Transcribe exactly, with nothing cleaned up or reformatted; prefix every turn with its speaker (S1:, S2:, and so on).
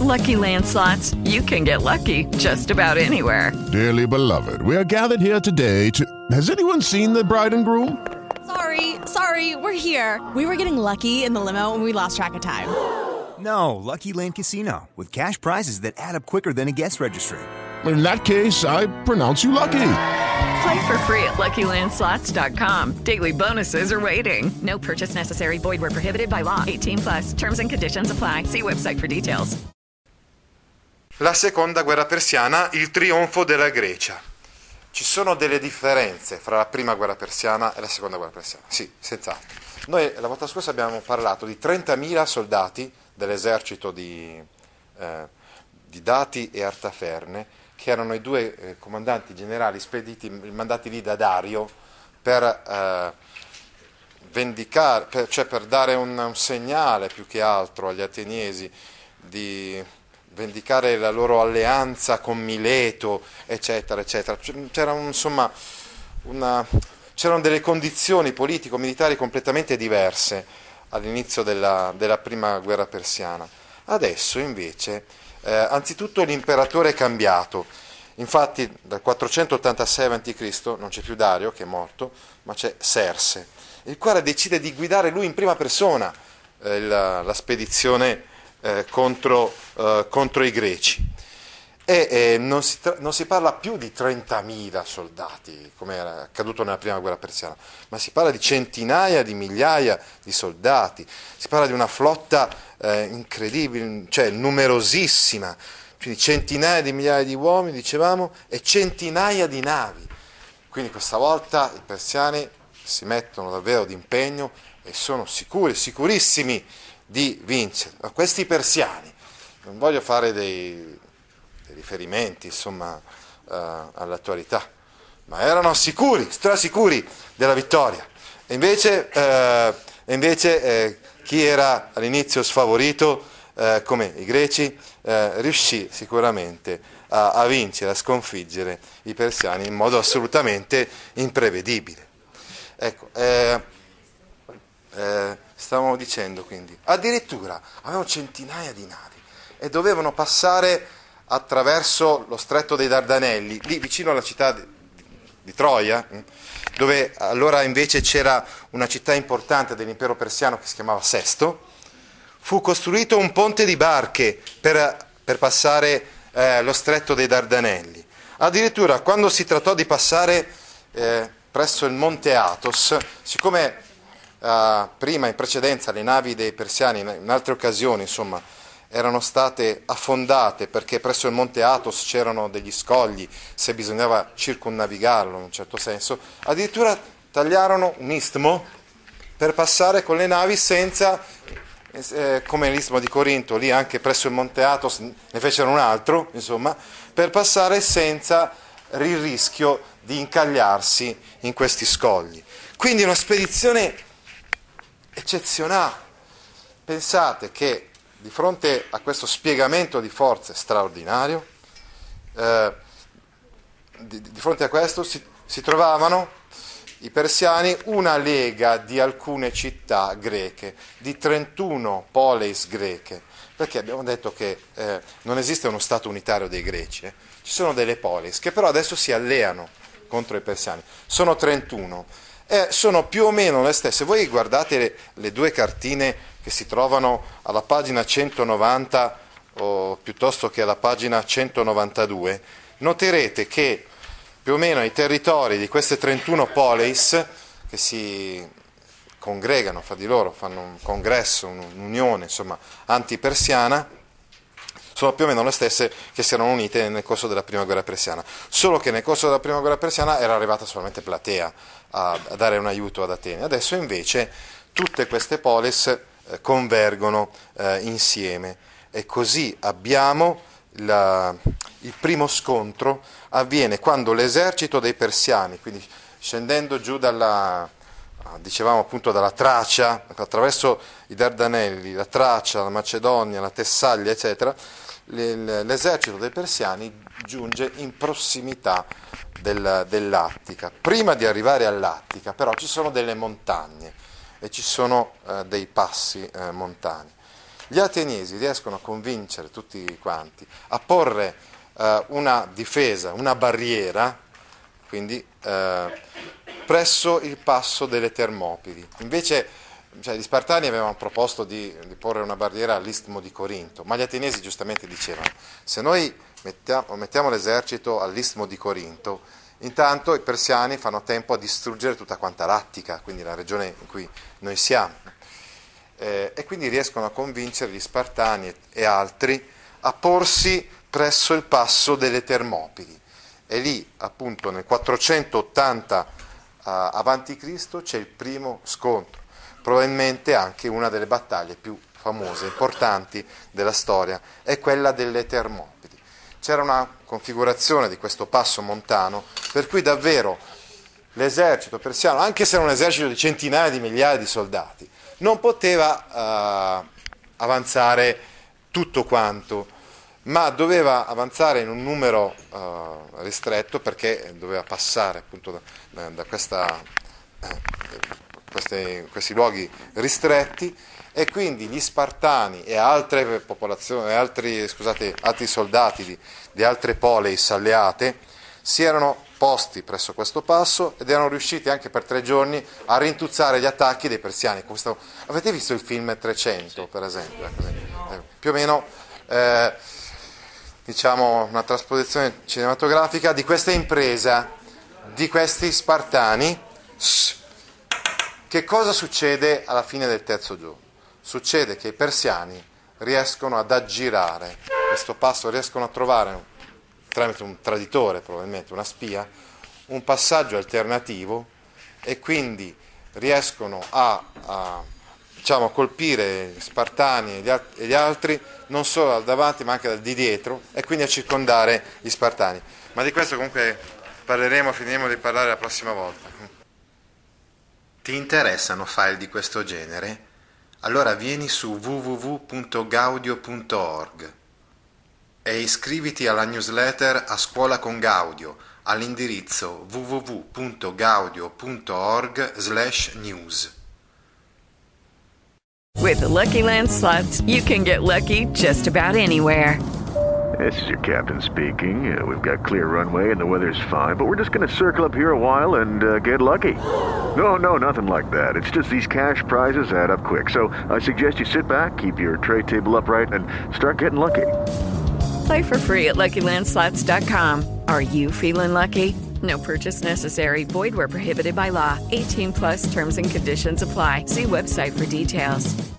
S1: Lucky Land Slots, you can get lucky just about anywhere.
S2: Dearly beloved, we are gathered here today to... Has anyone seen the bride and groom?
S3: Sorry, sorry, we're here. We were getting lucky in the limo and we lost track of time.
S4: No, Lucky Land Casino, with cash prizes that add up quicker than a guest registry.
S2: In that case, I pronounce you lucky.
S1: Play for free at Lucky Land Slots dot com. Daily bonuses are waiting. No purchase necessary. Void where prohibited by law. eighteen plus. Terms and conditions apply. See website for details.
S5: La seconda guerra persiana, il trionfo della Grecia. Ci sono delle differenze fra la prima guerra persiana e la seconda guerra persiana? Sì, senz'altro. Noi la volta scorsa abbiamo parlato di trentamila soldati dell'esercito di, eh, di Dati e Artaferne, che erano i due eh, comandanti generali spediti, mandati lì da Dario per eh, vendicare, per, cioè per dare un, un segnale più che altro agli ateniesi di vendicare la loro alleanza con Mileto, eccetera, eccetera. C'era un, insomma una, c'erano delle condizioni politico-militari completamente diverse all'inizio della, della prima guerra persiana. Adesso invece Eh, anzitutto l'imperatore è cambiato, infatti dal quattrocentottantasei avanti Cristo non c'è più Dario che è morto, ma c'è Serse, il quale decide di guidare lui in prima persona eh, la, la spedizione eh, contro, eh, contro i greci e eh, non, si tra- non si parla più di trentamila soldati come era accaduto nella prima guerra persiana, ma si parla di centinaia di migliaia di soldati, si parla di una flotta eh, incredibile, cioè numerosissima, quindi centinaia di migliaia di uomini, dicevamo, e centinaia di navi. Quindi questa volta i persiani si mettono davvero d'impegno e sono sicuri, sicurissimi di vincere. Ma questi persiani, non voglio fare dei riferimenti insomma uh, all'attualità, ma erano sicuri, strasicuri della vittoria. E invece, uh, invece eh, chi era all'inizio sfavorito, uh, come i greci, uh, riuscì sicuramente a, a vincere, a sconfiggere i persiani in modo assolutamente imprevedibile. Ecco, eh, eh, stavamo dicendo quindi, addirittura avevano centinaia di navi e dovevano passare attraverso lo stretto dei Dardanelli, lì vicino alla città di, di Troia, dove allora invece c'era una città importante dell'impero persiano che si chiamava Sesto. Fu costruito un ponte di barche per, per passare eh, lo stretto dei Dardanelli. Addirittura quando si trattò di passare eh, presso il monte Athos, siccome eh, prima in precedenza le navi dei persiani in altre occasioni insomma erano state affondate perché presso il monte Athos c'erano degli scogli, se bisognava circumnavigarlo in un certo senso, addirittura tagliarono un istmo per passare con le navi senza, eh, come l'istmo di Corinto, lì anche presso il monte Athos ne fecero un altro, insomma, per passare senza il rischio di incagliarsi in questi scogli. Quindi una spedizione eccezionale. Pensate che di fronte a questo spiegamento di forze straordinario, eh, di, di fronte a questo si, si trovavano i persiani una lega di alcune città greche, di trentuno poleis greche, perché abbiamo detto che eh, non esiste uno stato unitario dei greci, eh. Ci sono delle poleis che però adesso si alleano contro i persiani, sono trentuno, e sono più o meno le stesse. Voi guardate le, le due cartine che si trovano alla pagina centonovanta o piuttosto che alla pagina centonovantadue, noterete che più o meno i territori di queste trentuno poleis che si congregano fra di loro, fanno un congresso, un'unione insomma antipersiana, sono più o meno le stesse che si erano unite nel corso della prima guerra persiana, solo che nel corso della prima guerra persiana era arrivata solamente Platea a, a dare un aiuto ad Atene, adesso invece tutte queste polis eh, convergono eh, insieme e così abbiamo la, il primo scontro avviene quando l'esercito dei persiani, quindi scendendo giù dalla, dicevamo appunto dalla Tracia, attraverso i Dardanelli, la Tracia, la Macedonia, la Tessaglia, eccetera, l'esercito dei persiani giunge in prossimità del, dell'Attica. Prima di arrivare all'Attica però ci sono delle montagne e ci sono eh, dei passi eh, montani. Gli ateniesi riescono a convincere tutti quanti a porre eh, una difesa, una barriera, quindi eh, presso il passo delle Termopili. Invece cioè, gli Spartani avevano proposto di, di porre una barriera all'Istmo di Corinto, ma gli ateniesi giustamente dicevano: se noi mettiamo, mettiamo l'esercito all'Istmo di Corinto, intanto i persiani fanno tempo a distruggere tutta quanta l'Attica, quindi la regione in cui noi siamo. Eh, e quindi riescono a convincere gli Spartani e, e altri a porsi presso il passo delle Termopili. E lì, appunto, nel quattrocentottanta uh, avanti Cristo c'è il primo scontro, probabilmente anche una delle battaglie più famose, importanti della storia, è quella delle Termopili. C'era una configurazione di questo passo montano per cui davvero l'esercito persiano, anche se era un esercito di centinaia di migliaia di soldati, non poteva uh, avanzare tutto quanto, ma doveva avanzare in un numero uh, ristretto, perché doveva passare appunto da, da questa, eh, queste, questi luoghi ristretti, e quindi gli Spartani e altre popolazioni, altri, scusate, altri soldati di, di altre poleis alleate si erano posti presso questo passo ed erano riusciti anche per tre giorni a rintuzzare gli attacchi dei persiani. Questo, avete visto il film trecento, per esempio? Eh, più o meno, eh, diciamo, una trasposizione cinematografica di questa impresa di questi Spartani. Che cosa succede alla fine del terzo giorno? Succede che i persiani riescono ad aggirare questo passo, riescono a trovare, tramite un traditore probabilmente, una spia, un passaggio alternativo, e quindi riescono a, a diciamo, colpire gli Spartani e gli, al- e gli altri non solo dal davanti ma anche di dietro, e quindi a circondare gli Spartani. Ma di questo comunque parleremo, finiremo di parlare la prossima volta. Ti interessano file di questo genere? Allora vieni su w w w punto gaudio punto org e iscriviti alla newsletter A Scuola con Gaudio all'indirizzo w w w punto gaudio punto org slash news.
S1: With the Lucky Land Slots, you can get lucky just about anywhere.
S6: This is your captain speaking. Uh, we've got clear runway and the weather's fine, but we're just going to circle up here a while and uh, get lucky. No, no, nothing like that. It's just these cash prizes add up quick. So I suggest you sit back, keep your tray table upright, and start getting lucky.
S1: Play for free at lucky land slots dot com. Are you feeling lucky? No purchase necessary. Void where prohibited by law. eighteen plus terms and conditions apply. See website for details.